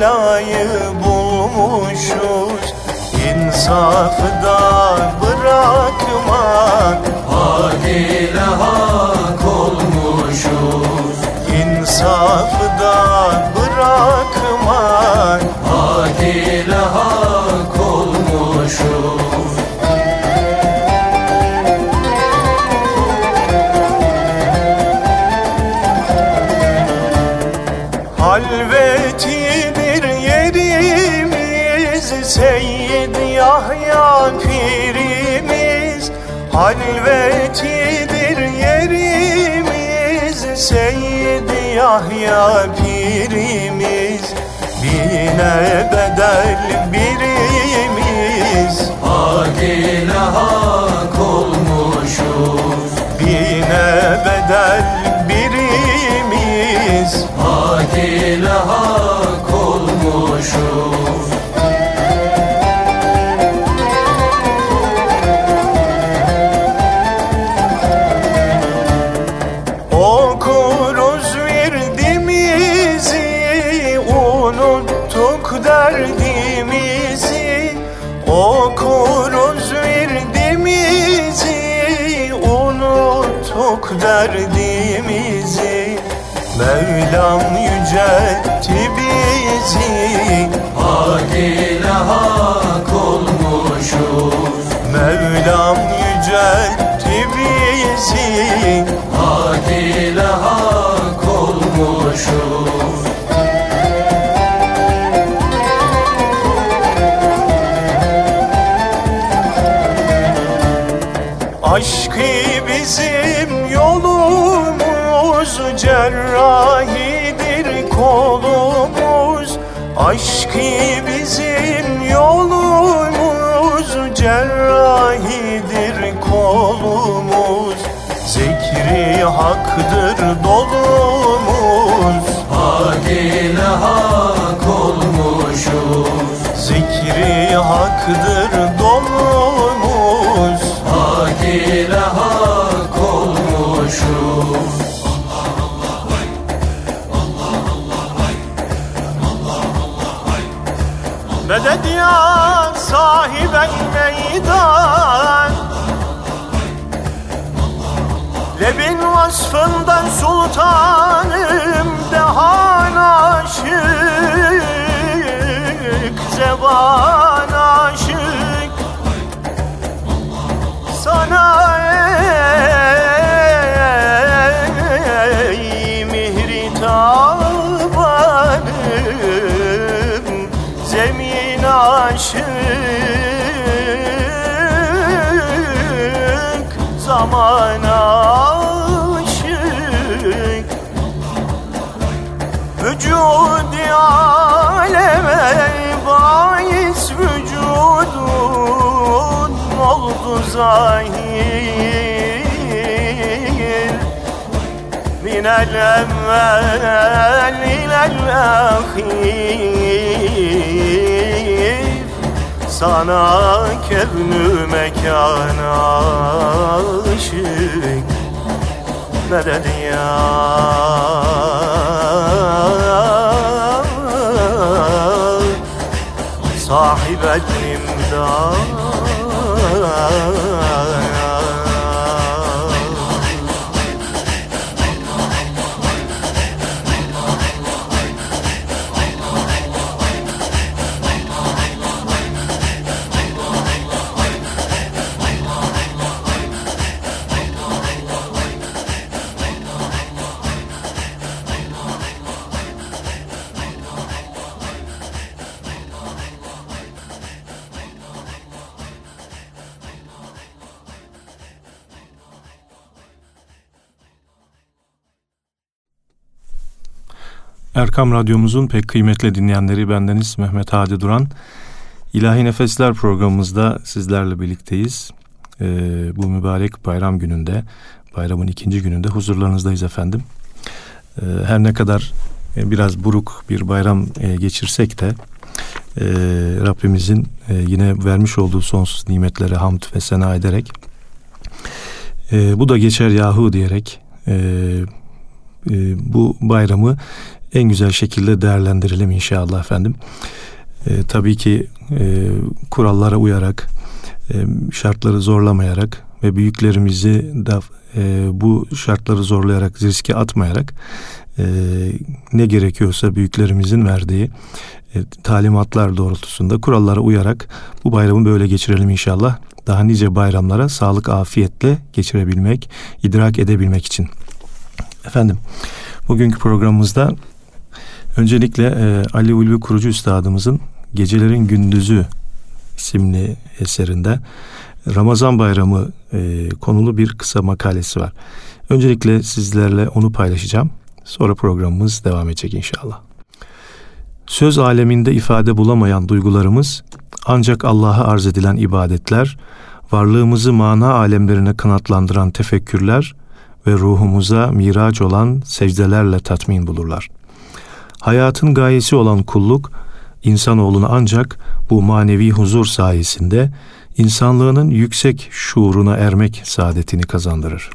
Mevla'yı bulmuşuz, insafı da bırakmak. Hak ile hak olmuşuz, insafı da bırakmak. hak ile hak olmuşuz. Halvetidir yerimiz, Seyyid Yahya pirimiz. Halvetidir yerimiz, Seyyid Yahya pirimiz. Bine bedel birimiz, Hak ile hak olmuşuz, bine bedel birimiz. hak ile hak olmuşuz. Okuruz virdimizi, unuttuk derdimizi. Okuruz virdimizi, unuttuk derdimizi. Mevlam yüceltti bizi, Hak ile hak olmuşuz, Mevlam yüceltti bizi. hak ile hak olmuşuz. Aşkı bizim yolumuz, cerrahidir kolumuz. Aşkı bizim yolumuz, cerrahidir kolumuz. Zikri haktır dolumuz, Hak ile hak olmuşuz, zikri haktır dolumuz. hak ile hak olmuşuz. Medet ya sahiben meydan, Lebin vasfından sultanım, dehan aşık, zeban aşık. Sana ey mihri tabanım, zemin aşık, zaman aşık. Vücud-i aleme bais vücudun oldu zahir. Minel evvel ilel ahir, sana kevnü mekan aşık. Medet ya sahibel imdad. Erkam Radyomuzun pek kıymetli dinleyenleri, bendeniz Mehmet Hadi Duran. İlahi Nefesler programımızda sizlerle birlikteyiz. Bu mübarek bayram gününde, bayramın ikinci gününde huzurlarınızdayız efendim. Her ne kadar biraz buruk bir bayram geçirsek de Rabbimizin yine vermiş olduğu sonsuz nimetlere hamd ve sena ederek, bu da geçer yahu diyerek bu bayramı en güzel şekilde değerlendirelim inşallah efendim. Tabii ki kurallara uyarak, şartları zorlamayarak ve büyüklerimizi de bu şartları zorlayarak, riske atmayarak ne gerekiyorsa büyüklerimizin verdiği talimatlar doğrultusunda kurallara uyarak bu bayramı böyle geçirelim inşallah. Daha nice bayramlara sağlık, afiyetle geçirebilmek, idrak edebilmek için. Efendim, bugünkü programımızda öncelikle Ali Ulvi Kurucu Üstadımızın Gecelerin Gündüzü isimli eserinde Ramazan Bayramı konulu bir kısa makalesi var. Öncelikle sizlerle onu paylaşacağım. Sonra programımız devam edecek inşallah. Söz aleminde ifade bulamayan duygularımız, ancak Allah'a arz edilen ibadetler, varlığımızı mana alemlerine kanatlandıran tefekkürler ve ruhumuza miraç olan secdelerle tatmin bulurlar. Hayatın gayesi olan kulluk, insanoğluna ancak bu manevi huzur sayesinde insanlığının yüksek şuuruna ermek saadetini kazandırır.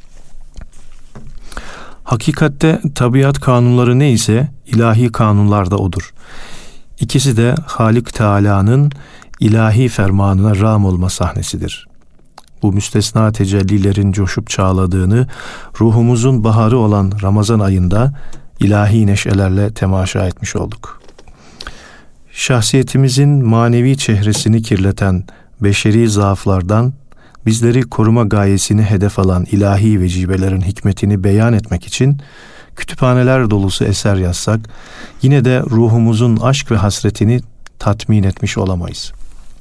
Hakikatte tabiat kanunları neyse ilahi kanunlar da odur. İkisi de Halik Teâlâ'nın ilahi fermanına rağm olma sahnesidir. Bu müstesna tecellilerin coşup çağladığını ruhumuzun baharı olan Ramazan ayında ilahi neşelerle temaşa etmiş olduk. Şahsiyetimizin manevi çehresini kirleten beşeri zaaflardan bizleri koruma gayesini hedef alan ilahi vecibelerin hikmetini beyan etmek için kütüphaneler dolusu eser yazsak, yine de ruhumuzun aşk ve hasretini tatmin etmiş olamayız.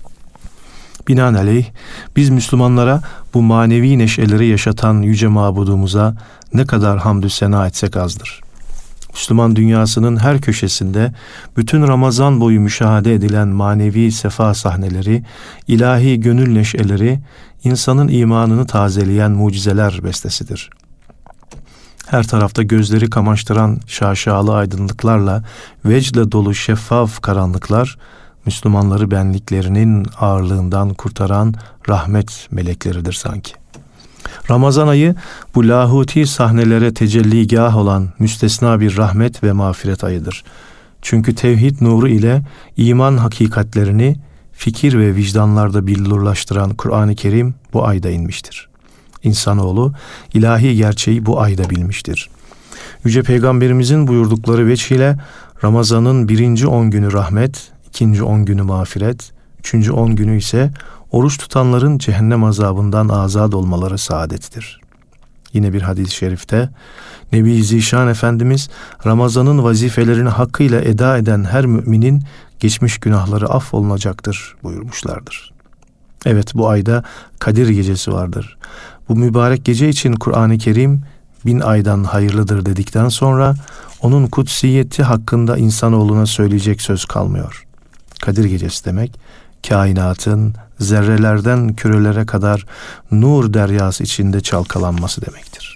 Binaenaleyh biz Müslümanlara bu manevi neşeleri yaşatan yüce mabudumuza ne kadar hamdü sena etsek azdır. Müslüman dünyasının her köşesinde bütün Ramazan boyu müşahede edilen manevi sefa sahneleri, ilahi gönül neşeleri, insanın imanını tazeleyen mucizeler bestesidir. Her tarafta gözleri kamaştıran şaşalı aydınlıklarla, vecdle dolu şeffaf karanlıklar, Müslümanları benliklerinin ağırlığından kurtaran rahmet melekleridir sanki. Ramazan ayı bu lahuti sahnelere tecelligâh olan müstesna bir rahmet ve mağfiret ayıdır. Çünkü tevhid nuru ile iman hakikatlerini fikir ve vicdanlarda billurlaştıran Kur'an-ı Kerim bu ayda inmiştir. İnsanoğlu ilahi gerçeği bu ayda bilmiştir. Yüce Peygamberimizin buyurdukları veçhiyle Ramazan'ın 1. 10 günü rahmet, 2. 10 günü mağfiret, 3. 10 günü ise oruç tutanların cehennem azabından azad olmaları saadettir. Yine bir hadis-i şerifte Nebi Zişan Efendimiz Ramazan'ın vazifelerini hakkıyla eda eden her müminin geçmiş günahları affolunacaktır buyurmuşlardır. Evet, bu ayda Kadir Gecesi vardır. Bu mübarek gece için Kur'an-ı Kerim 1000 aydan hayırlıdır dedikten sonra onun kutsiyeti hakkında insanoğluna söyleyecek söz kalmıyor. Kadir Gecesi demek, kainatın zerrelerden kürelere kadar nur deryası içinde çalkalanması demektir.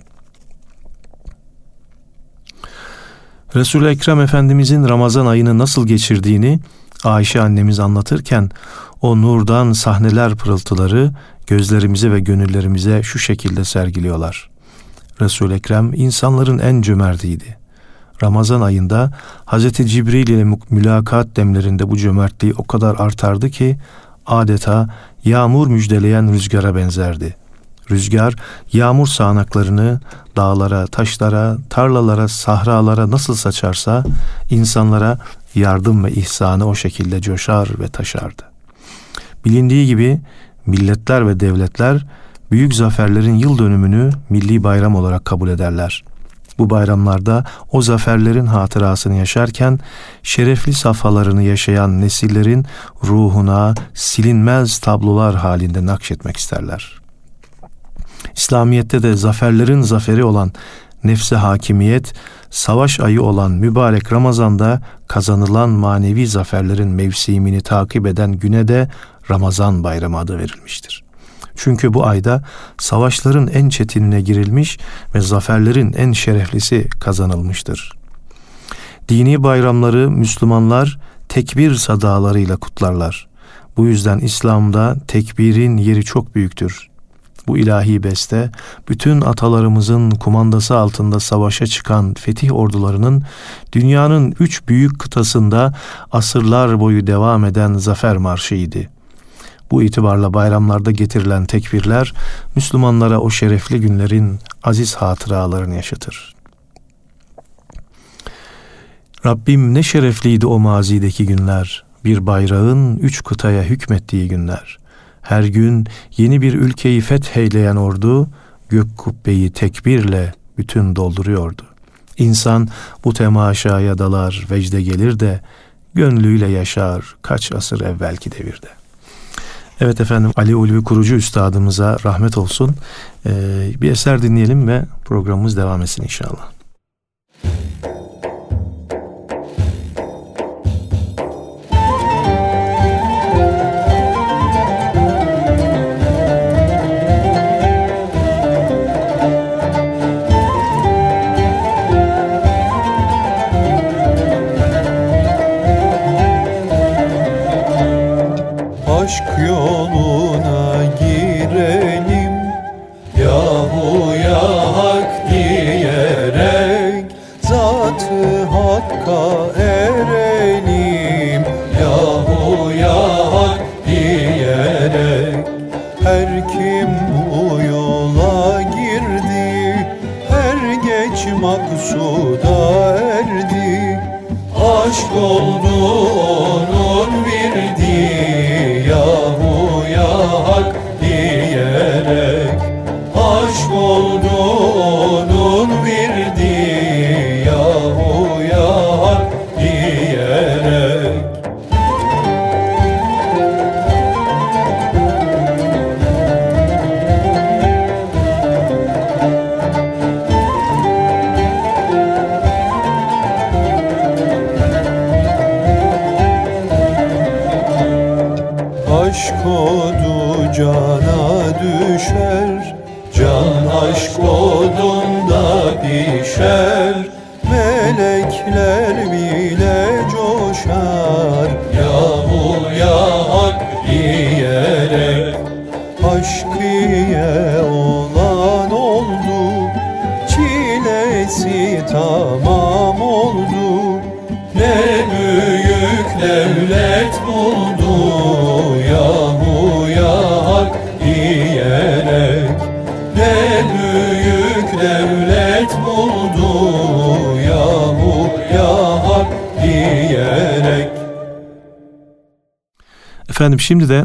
Resul-i Ekrem Efendimizin Ramazan ayını nasıl geçirdiğini Ayşe annemiz anlatırken o nurdan sahneler pırıltıları gözlerimize ve gönüllerimize şu şekilde sergiliyorlar. Resul-i Ekrem insanların en cömertiydi. Ramazan ayında Hazreti Cibril ile mülakat demlerinde bu cömertliği o kadar artardı ki adeta yağmur müjdeleyen rüzgara benzerdi. Rüzgar yağmur sağanaklarını dağlara, taşlara, tarlalara, sahralara nasıl saçarsa insanlara yardım ve ihsanı o şekilde coşar ve taşardı. Bilindiği gibi milletler ve devletler büyük zaferlerin yıl dönümünü milli bayram olarak kabul ederler. Bu bayramlarda o zaferlerin hatırasını yaşarken şerefli safhalarını yaşayan nesillerin ruhuna silinmez tablolar halinde nakşetmek isterler. İslamiyet'te de zaferlerin zaferi olan nefse hakimiyet, savaş ayı olan mübarek Ramazan'da kazanılan manevi zaferlerin mevsimini takip eden güne de Ramazan Bayramı adı verilmiştir. Çünkü bu ayda savaşların en çetinine girilmiş ve zaferlerin en şereflisi kazanılmıştır. Dini bayramları Müslümanlar tekbir sadalarıyla kutlarlar. Bu yüzden İslam'da tekbirin yeri çok büyüktür. Bu ilahi beste, bütün atalarımızın kumandası altında savaşa çıkan fetih ordularının dünyanın 3 büyük kıtasında asırlar boyu devam eden zafer marşıydı. Bu itibarla bayramlarda getirilen tekbirler, Müslümanlara o şerefli günlerin aziz hatıralarını yaşatır. Rabbim ne şerefliydi o mazideki günler, bir bayrağın 3 kıtaya hükmettiği günler. Her gün yeni bir ülkeyi fetheyleyen ordu, gök kubbeyi tekbirle bütün dolduruyordu. İnsan bu temaşaya dalar, vecde gelir de, gönlüyle yaşar kaç asır evvelki devirde. Evet efendim, Ali Ulvi Kurucu Üstadımıza rahmet olsun. Bir eser dinleyelim ve programımız devam etsin inşallah. Aşk yoluna girelim, yahu ya hak diyerek, zat-ı hakka erelim, yahu ya hak diyerek. Her kim bu yola girdi, her geç maksuda erdi. Aşk oldu onun verdiği, yahu ya hak diyerek. Aşk oldu onun verdiği, yahu ya hak diyerek. Aşk odu cana düşer, can aşk odunda pişer. Melekler bile coşar, yahu ya hak diyerek. Aşk ile olan oldu, çilesi tamam oldu. Ne büyük devlet buldu, yahu ya hak diyerek. Ne büyük devlet buldu, yahu ya hak diyerek. Efendim şimdi de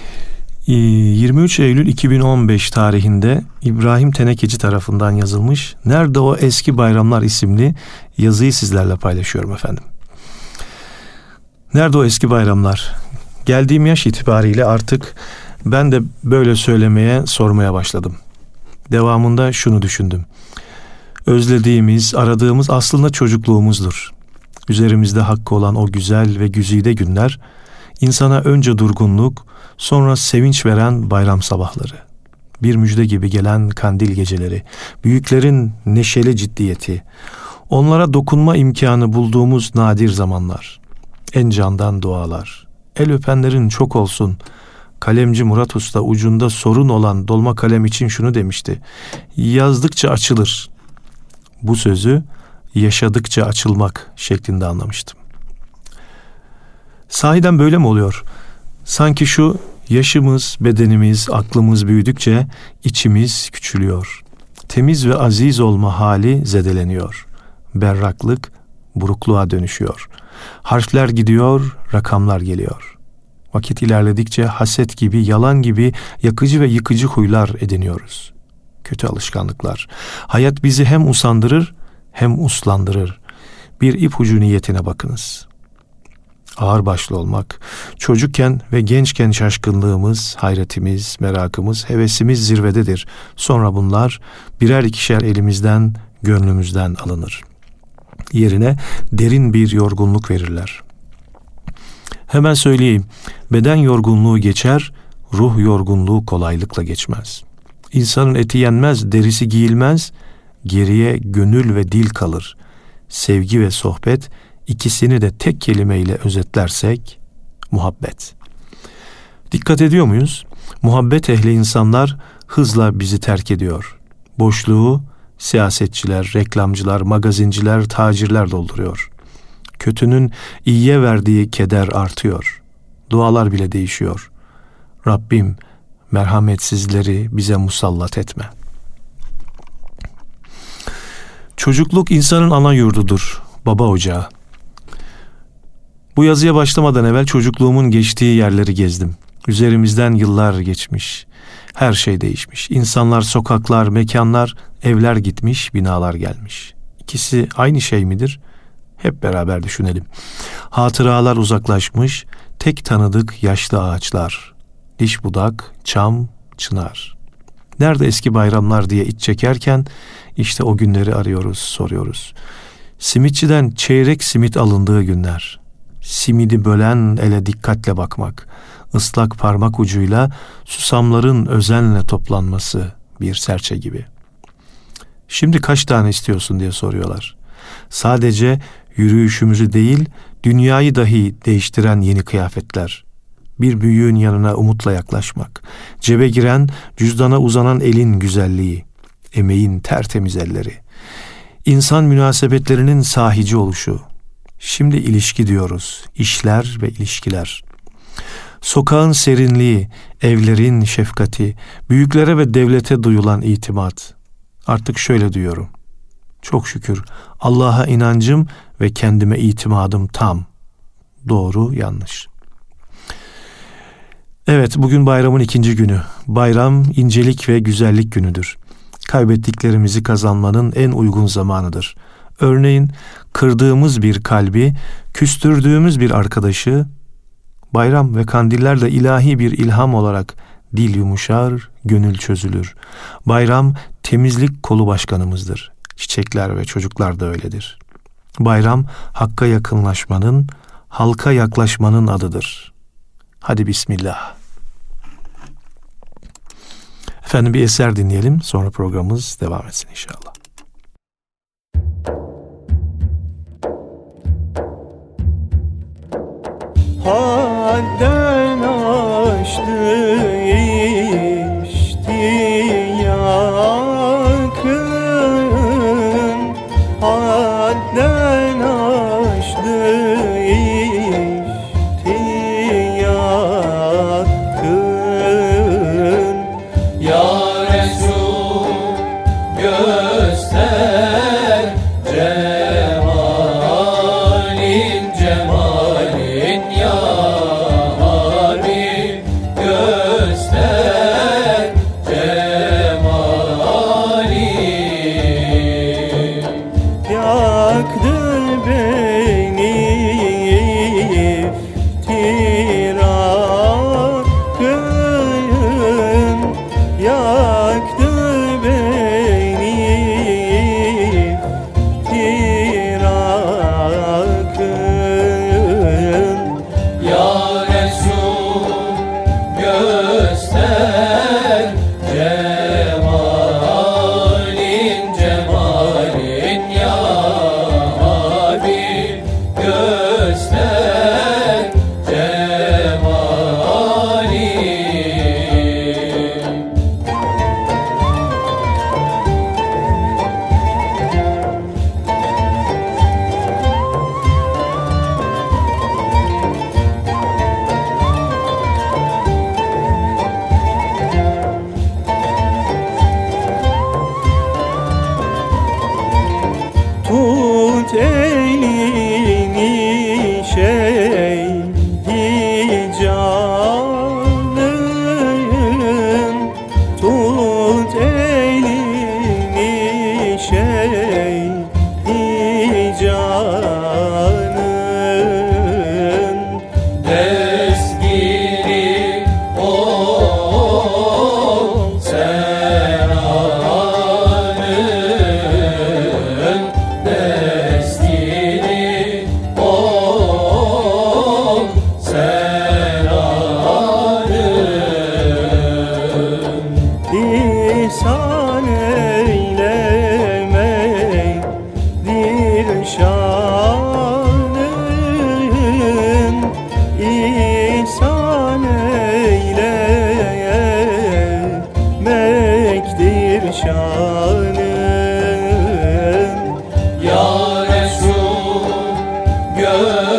23 Eylül 2015 tarihinde İbrahim Tenekeci tarafından yazılmış "Nerede o eski bayramlar" isimli yazıyı sizlerle paylaşıyorum efendim. Nerede o eski bayramlar? Geldiğim yaş itibariyle artık ben de böyle söylemeye, sormaya başladım. Devamında şunu düşündüm. Özlediğimiz, aradığımız aslında çocukluğumuzdur. Üzerimizde hakkı olan o güzel ve güzide günler, insana önce durgunluk, sonra sevinç veren bayram sabahları. Bir müjde gibi gelen kandil geceleri, büyüklerin neşeli ciddiyeti, onlara dokunma imkanı bulduğumuz nadir zamanlar, en candan dualar, el öpenlerin çok olsun. Kalemci Murat Usta ucunda sorun olan dolma kalem için şunu demişti: yazdıkça açılır. Bu sözü yaşadıkça açılmak şeklinde anlamıştım. Sahiden böyle mi oluyor? Sanki şu yaşımız, bedenimiz, aklımız büyüdükçe içimiz küçülüyor. Temiz ve aziz olma hali zedeleniyor. Berraklık burukluğa dönüşüyor. Harfler gidiyor, rakamlar geliyor. Vakit ilerledikçe haset gibi, yalan gibi yakıcı ve yıkıcı huylar ediniyoruz. Kötü alışkanlıklar. Hayat bizi hem usandırır hem uslandırır. Bir ipucu niyetine bakınız. Ağırbaşlı olmak, çocukken ve gençken şaşkınlığımız, hayretimiz, merakımız, hevesimiz zirvededir. Sonra bunlar birer ikişer elimizden, gönlümüzden alınır. Yerine derin bir yorgunluk verirler. Hemen söyleyeyim, beden yorgunluğu geçer, ruh yorgunluğu kolaylıkla geçmez. İnsanın eti yenmez, derisi giyilmez, geriye gönül ve dil kalır. Sevgi ve sohbet, ikisini de tek kelimeyle özetlersek, muhabbet. Dikkat ediyor muyuz? Muhabbet ehli insanlar hızla bizi terk ediyor. Boşluğu siyasetçiler, reklamcılar, magazinciler, tacirler dolduruyor. Kötünün iyiye verdiği keder artıyor. Dualar bile değişiyor. Rabbim merhametsizleri bize musallat etme. Çocukluk insanın ana yurdudur, baba ocağı. Bu yazıya başlamadan evvel çocukluğumun geçtiği yerleri gezdim. Üzerimizden yıllar geçmiş. Her şey değişmiş. İnsanlar, sokaklar, mekanlar, evler gitmiş, binalar gelmiş. İkisi aynı şey midir? Hep beraber düşünelim. Hatıralar uzaklaşmış, tek tanıdık yaşlı ağaçlar. Diş budak, çam, çınar. Nerede eski bayramlar diye iç çekerken işte o günleri arıyoruz, soruyoruz. Simitçiden çeyrek simit alındığı günler. Simidi bölen ele dikkatle bakmak. Islak parmak ucuyla susamların özenle toplanması bir serçe gibi. Şimdi kaç tane istiyorsun diye soruyorlar. Sadece yürüyüşümüzü değil, dünyayı dahi değiştiren yeni kıyafetler. Bir büyüğün yanına umutla yaklaşmak. Cebe giren, cüzdana uzanan elin güzelliği. Emeğin tertemiz elleri. İnsan münasebetlerinin sahici oluşu. Şimdi ilişki diyoruz. İşler ve ilişkiler. Sokağın serinliği, evlerin şefkati, büyüklere ve devlete duyulan itimat. Artık şöyle diyorum. Çok şükür Allah'a inancım ve kendime itimadım tam. Doğru, yanlış. Evet, bugün bayramın 2. günü. Bayram incelik ve güzellik günüdür. Kaybettiklerimizi kazanmanın en uygun zamanıdır. Örneğin kırdığımız bir kalbi, küstürdüğümüz bir arkadaşı, bayram ve kandillerle ilahi bir ilham olarak dil yumuşar, gönül çözülür. Bayram temizlik kolu başkanımızdır. Çiçekler ve çocuklar da öyledir. Bayram Hakk'a yakınlaşmanın, halka yaklaşmanın adıdır. Hadi bismillah. Efendim bir eser dinleyelim, sonra programımız devam etsin inşallah. Hadden aştı iştiyakın, hadden aştı iştiyakın. Ya Resul göster cemalin cemalin, ya Habib göster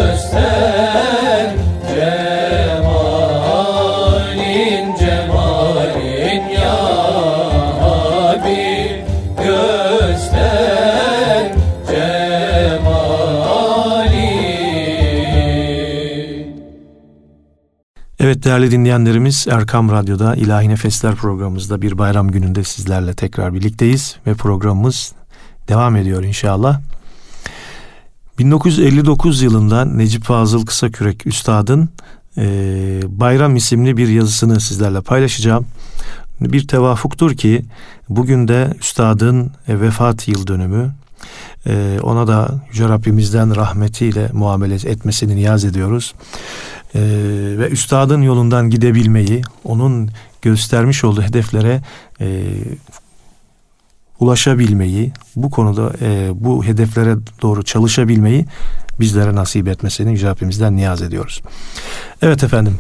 göster cemalin cemalin ya Habib göster cemalin. Evet değerli dinleyenlerimiz, Erkam Radyo'da İlahi Nefesler programımızda bir bayram gününde sizlerle tekrar birlikteyiz ve programımız devam ediyor inşallah. 1959 yılında Necip Fazıl Kısakürek Üstad'ın Bayram isimli bir yazısını sizlerle paylaşacağım. Bir tevafuktur ki bugün de Üstad'ın vefat yıl dönümü. Ona da Yüce Rabbimizden rahmetiyle muamele etmesini niyaz ediyoruz. Ve Üstad'ın yolundan gidebilmeyi, onun göstermiş olduğu hedeflere ulaşabilmeyi, bu konuda bu hedeflere doğru çalışabilmeyi bizlere nasip etmesini Yüce Rabbimizden niyaz ediyoruz. Evet efendim,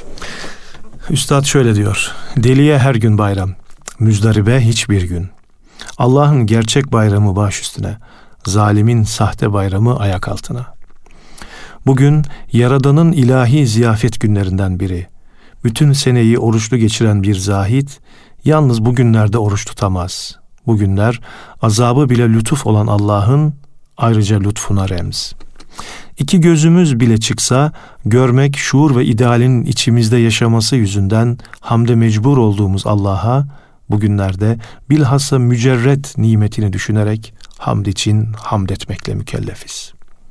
Üstad şöyle diyor: deliye her gün bayram, müzdaribe hiçbir gün. Allah'ın gerçek bayramı baş üstüne, zalimin sahte bayramı ayak altına. Bugün Yaradan'ın ilahi ziyafet günlerinden biri. Bütün seneyi oruçlu geçiren bir zahit, yalnız bugünlerde oruç tutamaz. Bugünler azabı bile lütuf olan Allah'ın ayrıca lütfuna remz. İki gözümüz bile çıksa, görmek, şuur ve idealin içimizde yaşaması yüzünden hamde mecbur olduğumuz Allah'a, bugünlerde bilhassa mücerret nimetini düşünerek hamd için hamd etmekle mükellefiz.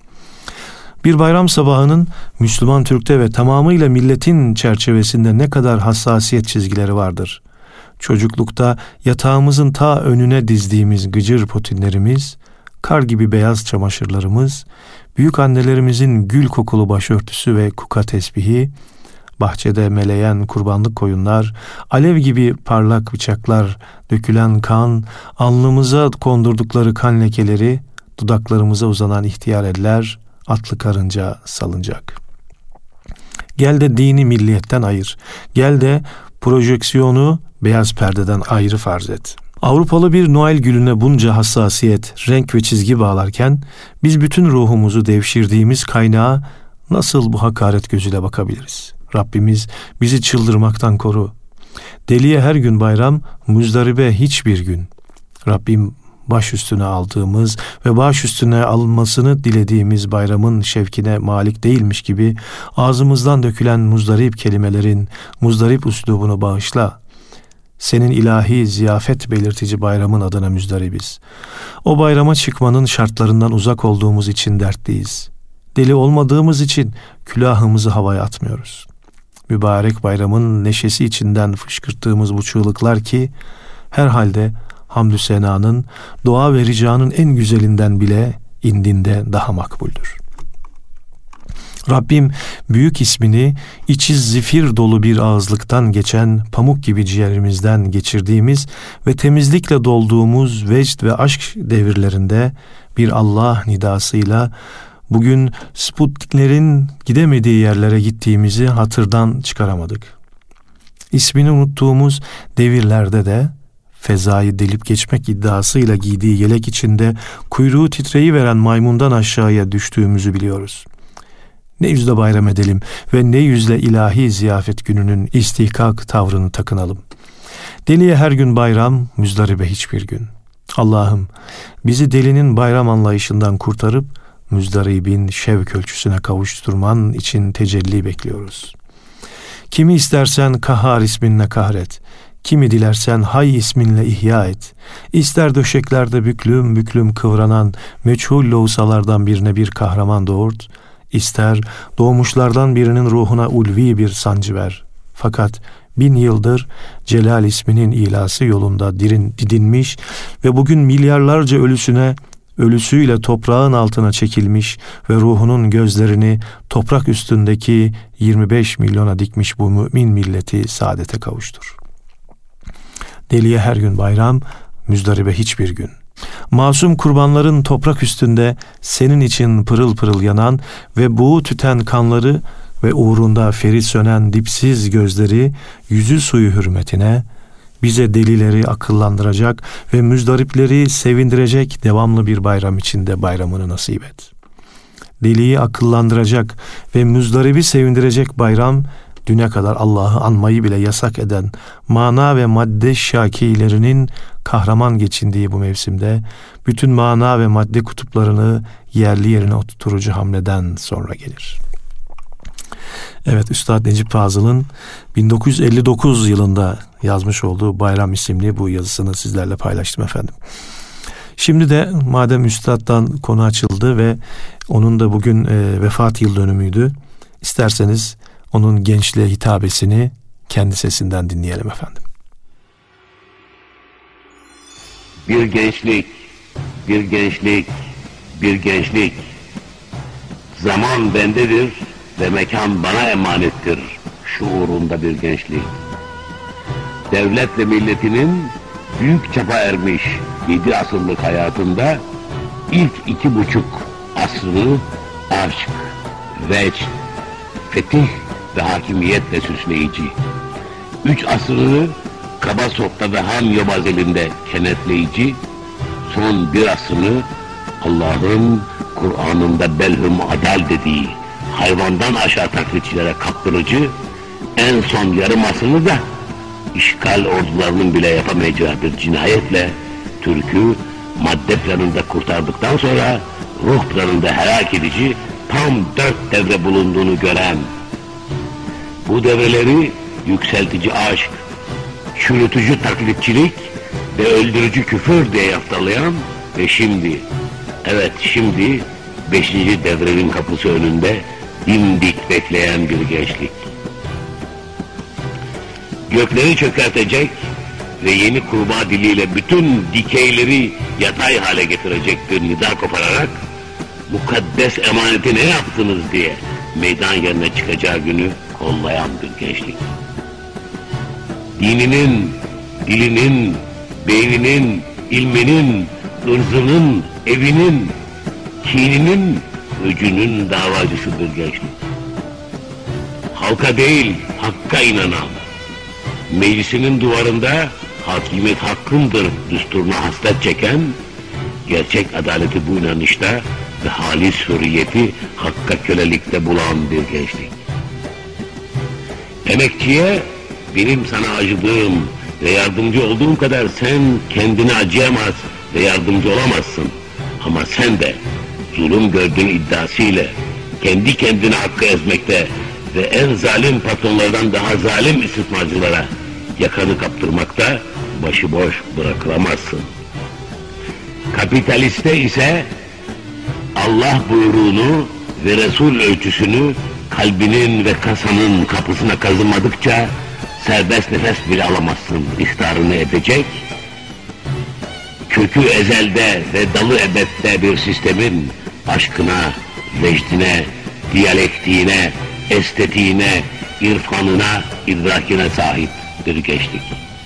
Bir bayram sabahının Müslüman Türk'te ve tamamıyla milletin çerçevesinde ne kadar hassasiyet çizgileri vardır. Çocuklukta yatağımızın ta önüne dizdiğimiz gıcır potinlerimiz, kar gibi beyaz çamaşırlarımız, büyük annelerimizin gül kokulu başörtüsü ve kuka tesbihi, bahçede meleyen kurbanlık koyunlar, alev gibi parlak bıçaklar, dökülen kan, alnımıza kondurdukları kan lekeleri, dudaklarımıza uzanan ihtiyar eller, atlı karınca salıncak. Gel de dini milliyetten ayır. Gel de projeksiyonu beyaz perdeden ayrı farz et. Avrupalı bir Noel gülüne bunca hassasiyet, renk ve çizgi bağlarken biz bütün ruhumuzu devşirdiğimiz kaynağa nasıl bu hakaret gözüyle bakabiliriz? Rabbimiz bizi çıldırmaktan koru. Deliye her gün bayram, müzdaribe hiçbir gün. Rabbim baş üstüne aldığımız ve baş üstüne alınmasını dilediğimiz bayramın şevkine malik değilmiş gibi ağzımızdan dökülen muzdarip kelimelerin muzdarip üslubunu bağışla. Senin ilahi ziyafet belirtici bayramın adına müzdaribiz. O bayrama çıkmanın şartlarından uzak olduğumuz için dertliyiz. Deli olmadığımız için külahımızı havaya atmıyoruz. Mübarek bayramın neşesi içinden fışkırttığımız bu çığlıklar ki herhalde hamdü senanın, dua ve ricanın en güzelinden bile indinde daha makbuldür. Rabbim büyük ismini içi zifir dolu bir ağızlıktan geçen pamuk gibi ciğerimizden geçirdiğimiz ve temizlikle dolduğumuz vecd ve aşk devirlerinde bir Allah nidasıyla bugün Sputniklerin gidemediği yerlere gittiğimizi hatırdan çıkaramadık. İsmini unuttuğumuz devirlerde de fezayı delip geçmek iddiasıyla giydiği yelek içinde kuyruğu titreyiveren maymundan aşağıya düştüğümüzü biliyoruz. Ne yüzle bayram edelim ve ne yüzle ilahi ziyafet gününün istihkak tavrını takınalım. Deliye her gün bayram, müzdaribe hiçbir gün. Allah'ım bizi delinin bayram anlayışından kurtarıp müzdaribin şevk ölçüsüne kavuşturman için tecelli bekliyoruz. Kimi istersen kahhar isminle kahret, kimi dilersen hay isminle ihya et. İster döşeklerde büklüm büklüm kıvranan meçhul loğusalardan birine bir kahraman doğurt, İster doğmuşlardan birinin ruhuna ulvi bir sancı ver. Fakat 1000 yıldır Celal isminin ilası yolunda didinmiş ve bugün milyarlarca ölüsüyle toprağın altına çekilmiş ve ruhunun gözlerini toprak üstündeki 25 milyona dikmiş bu mümin milleti saadete kavuştur. Deliye her gün bayram, müzdaribe hiçbir gün. Masum kurbanların toprak üstünde senin için pırıl pırıl yanan ve buğu tüten kanları ve uğrunda ferit sönen dipsiz gözleri yüzü suyu hürmetine bize delileri akıllandıracak ve müzdaripleri sevindirecek devamlı bir bayram içinde bayramını nasip et. deliyi akıllandıracak ve müzdaribi sevindirecek bayram, düne kadar Allah'ı anmayı bile yasak eden mana ve madde şakilerinin kahraman geçindiği bu mevsimde bütün mana ve madde kutuplarını yerli yerine oturtucu hamleden sonra gelir. Evet, Üstad Necip Fazıl'ın 1959 yılında yazmış olduğu Bayram isimli bu yazısını sizlerle paylaştım efendim. Şimdi de madem Üstad'dan konu açıldı ve onun da bugün vefat yıl dönümüydü, isterseniz onun gençliğe hitabesini kendi sesinden dinleyelim efendim. Bir gençlik, bir gençlik, bir gençlik. Zaman bendedir ve mekan bana emanettir. Şuurunda bir gençlik. Devlet ve milletinin büyük çapa ermiş 7 asırlık hayatında ilk 2,5 asrını aşk, vecd, fetih ve hakimiyetle süsleyici, 3 asrını kaba sokta ve ham yobaz elinde kenetleyici, son 1 asrını Allah'ın Kur'an'ında belhum adal dediği hayvandan aşağı taklitçilere kaptırıcı, en son yarım asrını da işgal ordularının bile yapamayacağı bir cinayetle Türk'ü madde planında kurtardıktan sonra ruh planında helak edici tam 4 devre bulunduğunu gören, bu devreleri yükseltici aşk, çürütücü taklitçilik ve öldürücü küfür diye yaftalayan ve şimdi, evet şimdi 5. devrenin kapısı önünde dimdik bekleyen bir gençlik. Gökleri çökertecek ve yeni kurbağa diliyle bütün dikeyleri yatay hale getirecek bir nida kopararak mukaddes emaneti ne yaptınız diye meydan yerine çıkacağı günü kollayan bir gençlik. Dininin, dilinin, beyninin, ilminin, ırzının, evinin, kininin, öcünün davacısı bir gençlik. Halka değil, hakka inanan, meclisinin duvarında hakimiyet hakkındır düsturuna hasret çeken, gerçek adaleti bu inanışta ve halis hürriyeti hakka kölelikte bulan bir gençlik. Emekçiye benim sana acıdığım ve yardımcı olduğum kadar sen kendine acıyamaz ve yardımcı olamazsın. Ama sen de zulüm gördüğün iddiasıyla kendi kendine hakkı ezmekte ve en zalim patronlardan daha zalim istismarcılara yakanı kaptırmakta başıboş bırakılamazsın. Kapitaliste ise Allah buyruğunu ve Resul ölçüsünü kalbinin ve kasanın kapısına kazımadıkça serbest nefes bile alamazsın ihtarını edecek, kökü ezelde ve dalı ebedde bir sistemin aşkına, vecdine, diyalektiğine, estetiğine, irfanına, idrakine sahip bir gençlik.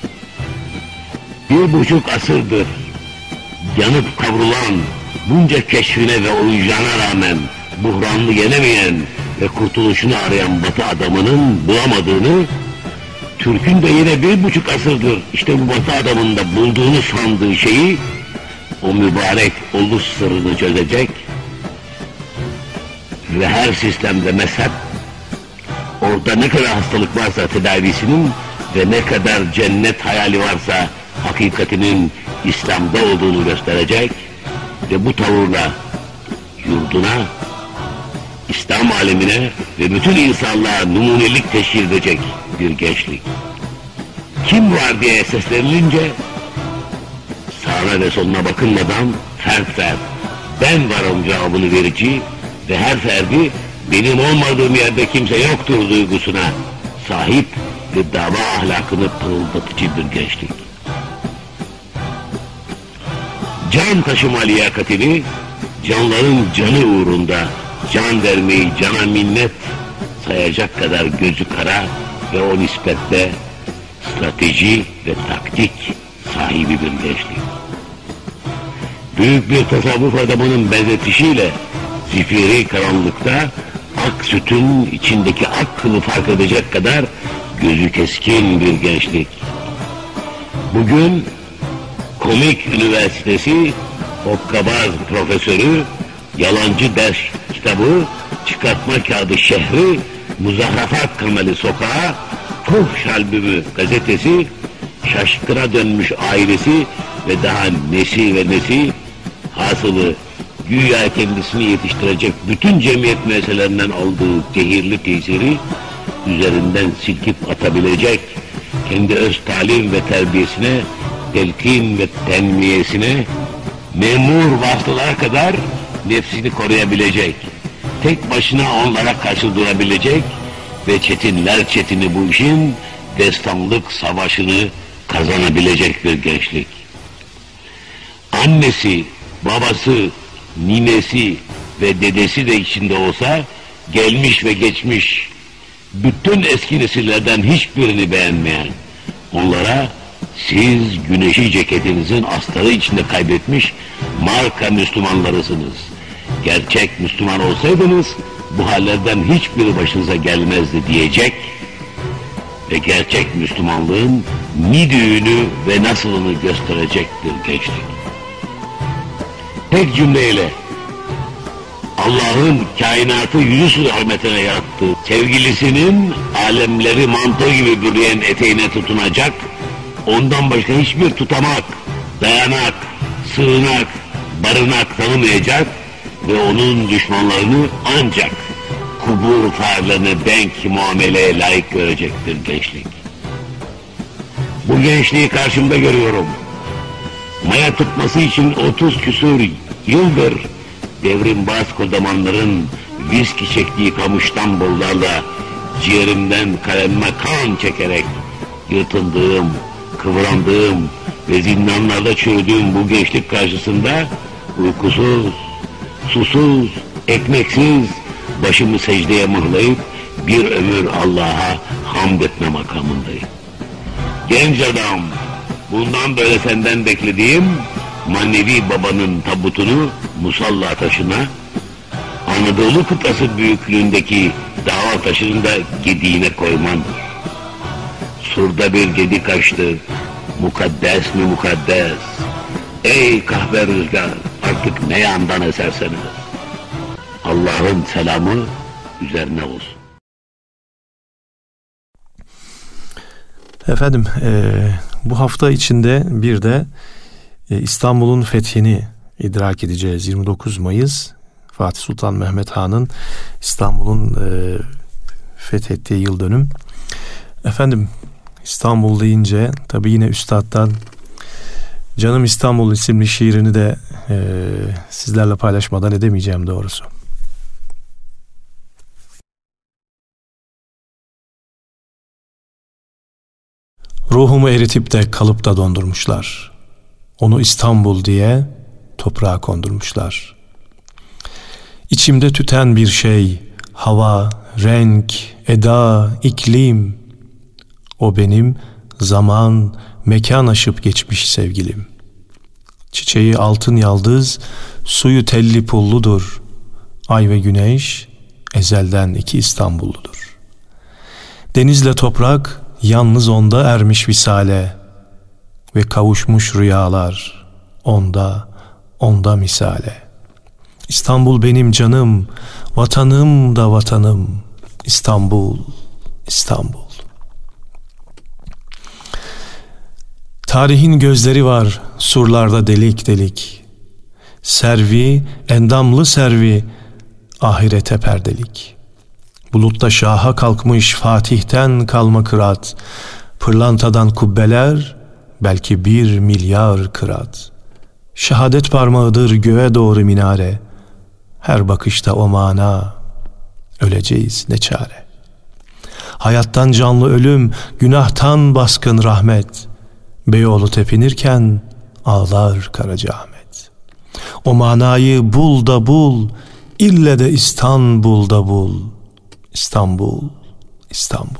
1,5 asırdır yanıp kavrulan bunca keşfine ve oyuncağına rağmen buhranını yenemeyen ve kurtuluşunu arayan Batı adamının bulamadığını, Türk'ün de yine 1,5 asırdır işte bu Batı adamında bulduğunu sandığı şeyi, o mübarek oluş sırrını çözecek ve her sistemde mezhep, orada ne kadar hastalık varsa tedavisinin ve ne kadar cennet hayali varsa hakikatinin İslam'da olduğunu gösterecek ve bu tavırla yurduna, İslam alemine ve bütün insanlığa numunelik teşkil edecek bir gençlik. Kim var diye seslenilince sağına ve soluna bakılmadan fert fert ben varım cevabını verici ve her ferdi benim olmadığım yerde kimse yoktur duygusuna sahip ve dava ahlakını pırıldatıcı bir gençlik. Can taşıma liyakatini canların canı uğrunda can vermeyi cana minnet sayacak kadar gözü kara ve o nispetle strateji ve taktik sahibi bir gençlik. Büyük bir tasavvuf adamının benzetişiyle zifiri karanlıkta ak sütün içindeki ak kılı fark edecek kadar gözü keskin bir gençlik. Bugün Komik Üniversitesi hokkabaz profesörü, yalancı ders kitabı, çıkartma kağıdı şehri, muzahrafat kameli sokağı, fuhş albümü gazetesi, şaşkına dönmüş ailesi ve daha nesi ve nesi, hasılı güya kendisini yetiştirecek bütün cemiyet müesselelerinden aldığı zehirli tesiri üzerinden silkip atabilecek, kendi öz talim ve terbiyesine, telkin ve tenmiyesine, memur vasıtalara kadar nefsini koruyabilecek, tek başına onlara karşı durabilecek ve çetinler çetini bu işin destanlık savaşını kazanabilecek bir gençlik. Annesi, babası, ninesi ve dedesi de içinde olsa gelmiş ve geçmiş bütün eski nesillerden hiçbirini beğenmeyen, onlara siz güneşi ceketinizin astarı içinde kaybetmiş marka Müslümanlarısınız. Gerçek Müslüman olsaydınız bu hallerden hiçbiri başınıza gelmezdi diyecek ve gerçek Müslümanlığın ni düğünü ve nasılını gösterecek bir gençlik. Tek cümleyle Allah'ın kainatı yüzü hürmetine yarattığı sevgilisinin alemleri manto gibi bürüyen eteğine tutunacak, ondan başka hiçbir tutamak, dayanak, sığınak, barınak tanımayacak ve onun düşmanlarını ancak kubur farlarını denk muameleye layık görecek bir gençlik. Bu gençliği karşımda görüyorum. Maya tutması için 30 küsur yıldır devrimbaz kodamanların viski çektiği kamıştan bollarla ciğerimden kalemime kan çekerek yırtındığım, kıvrandığım ve zindanlarda çürüdüğüm bu gençlik karşısında uykusuz, susuz, ekmeksiz başımı secdeye mıhlayıp bir ömür Allah'a hamd etme makamındayım. Genç adam, bundan böyle senden beklediğim manevi babanın tabutunu musalla taşına, Anadolu kıtası büyüklüğündeki dava taşının da gediğine koymandır. Surda bir gedi kaçtı, mukaddes mi mukaddes, ey kahve rüzgar, artık ne yandan eserseniz, Allah'ın selamı üzerine olsun. Efendim, bu hafta içinde bir de İstanbul'un fethini idrak edeceğiz. 29 Mayıs Fatih Sultan Mehmet Han'ın İstanbul'un fethettiği yıl dönüm. Efendim, İstanbul deyince tabii yine üstadtan Canım İstanbul isimli şiirini de sizlerle paylaşmadan edemeyeceğim doğrusu. Ruhumu eritip de kalıpta dondurmuşlar. Onu İstanbul diye toprağa kondurmuşlar. İçimde tüten bir şey, hava, renk, eda, iklim. O benim zaman, mekan aşıp geçmiş sevgilim. Çiçeği altın yaldız, suyu telli pulludur. Ay ve güneş ezelden iki İstanbulludur. Denizle toprak yalnız onda ermiş visale ve kavuşmuş rüyalar onda misale. İstanbul benim canım, vatanım da vatanım. İstanbul, İstanbul. Tarihin gözleri var surlarda delik delik. Servi, endamlı servi, ahirete perdelik. Bulutta şaha kalkmış Fatih'ten kalma kırat. Pırlantadan kubbeler, belki 1 milyar kırat. Şehadet parmağıdır göğe doğru minare. Her bakışta o mana, öleceğiz ne çare. Hayattan canlı ölüm, günahtan baskın rahmet. Beyoğlu tepinirken ağlar Karacaahmet. O manayı bul da bul, ille de İstanbul'da bul. İstanbul, İstanbul.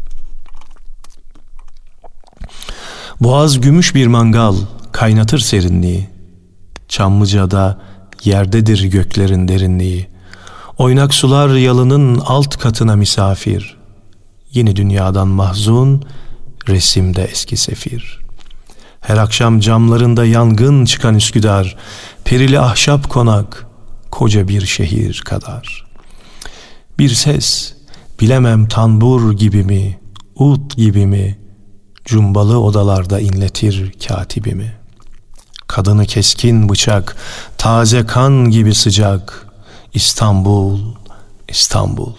Boğaz gümüş bir mangal, kaynatır serinliği. Çamlıca'da yerdedir göklerin derinliği. Oynak sular yalının alt katına misafir. Yeni dünyadan mahzun, resimde eski sefir. Her akşam camlarında yangın çıkan Üsküdar, perili ahşap konak, koca bir şehir kadar. Bir ses, bilemem tanbur gibi mi, ut gibi mi, cumbalı odalarda inletir katibimi. Kadını keskin bıçak, taze kan gibi sıcak, İstanbul, İstanbul.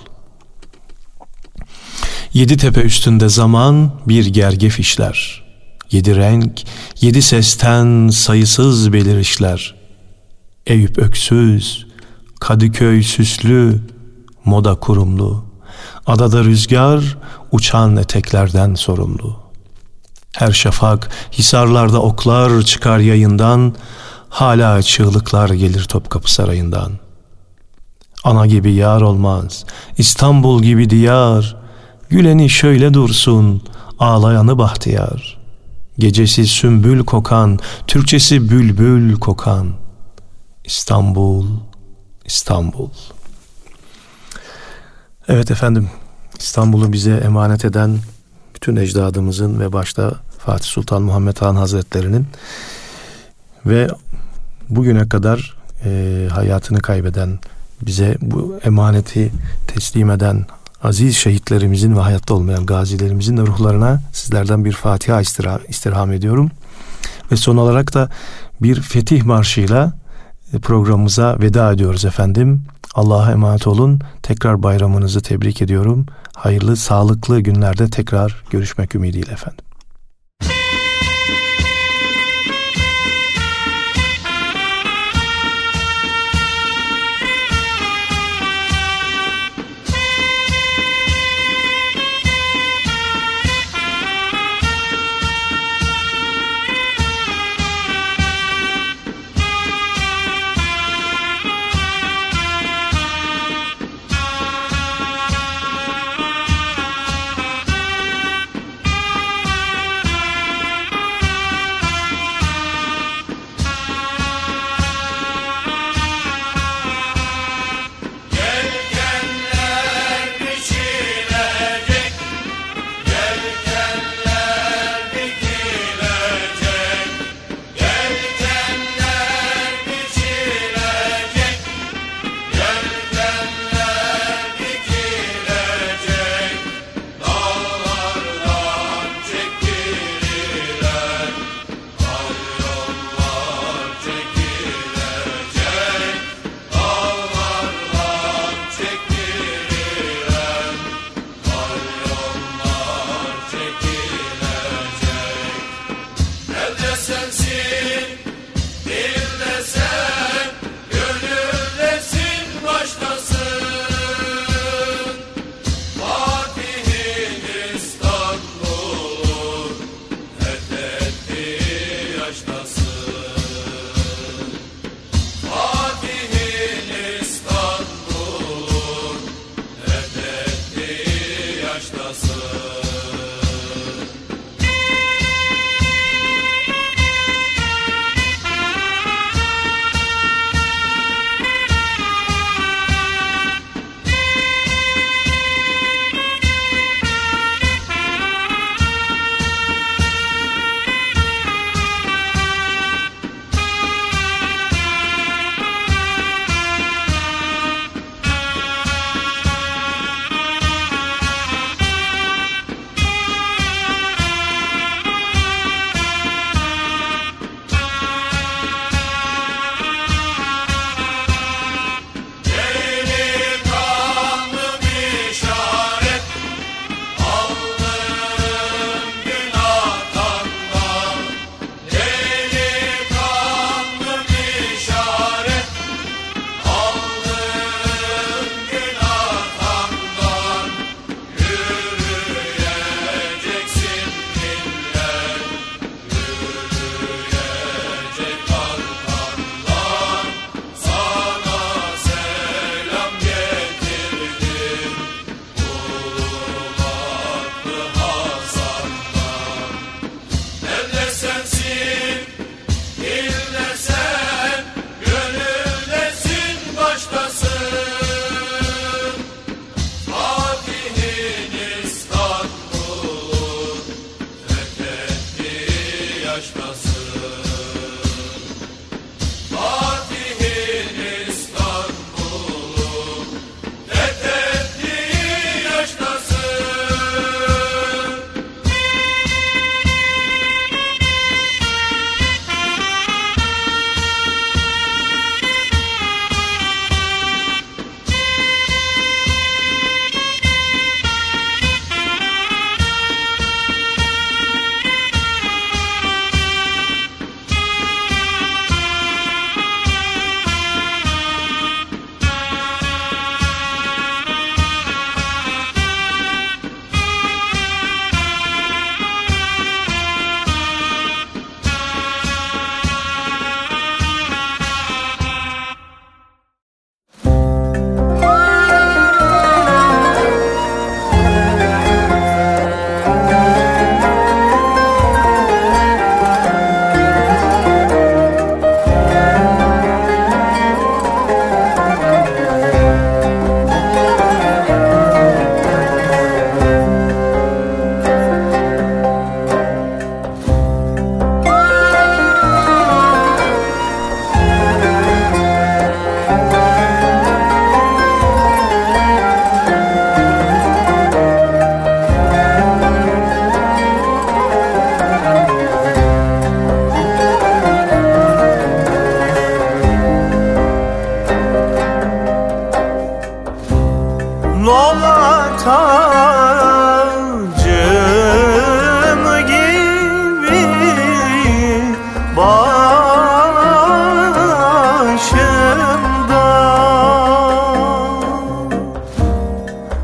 7 tepe üstünde zaman bir gergef işler. 7 renk, 7 sesten sayısız belirişler. Eyüp öksüz, Kadıköy süslü, moda kurumlu. Adada rüzgar, uçan eteklerden sorumlu. Her şafak, hisarlarda oklar çıkar yayından, hala çığlıklar gelir Topkapı Sarayı'ndan. Ana gibi yar olmaz, İstanbul gibi diyar, güleni şöyle dursun, ağlayanı bahtiyar. Gecesi sümbül kokan, Türkçesi bülbül kokan. İstanbul, İstanbul. Evet efendim, İstanbul'u bize emanet eden bütün ecdadımızın ve başta Fatih Sultan Muhammed Han Hazretleri'nin ve bugüne kadar hayatını kaybeden, bize bu emaneti teslim eden aziz şehitlerimizin ve hayatta olmayan gazilerimizin de ruhlarına sizlerden bir Fatiha istirham ediyorum. Ve son olarak da bir fetih marşıyla programımıza veda ediyoruz efendim. Allah'a emanet olun. Tekrar bayramınızı tebrik ediyorum. Hayırlı, sağlıklı günlerde tekrar görüşmek ümidiyle efendim.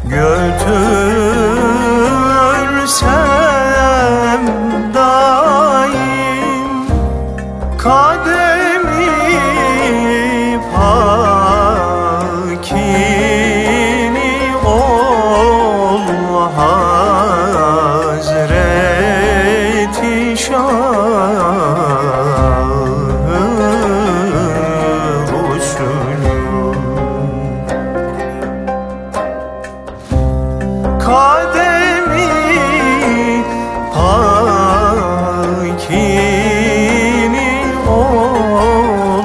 götürsem daim kademi pakini ol Hazreti Şah-ı Resulüm. Kademi pakini ol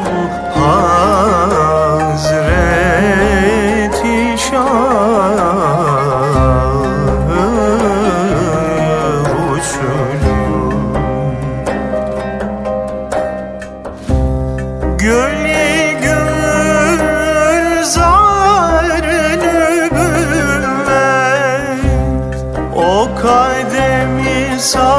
Hazreti Şah-ı Resulüm. Gülü gülzar nübüvvet o kademi sağ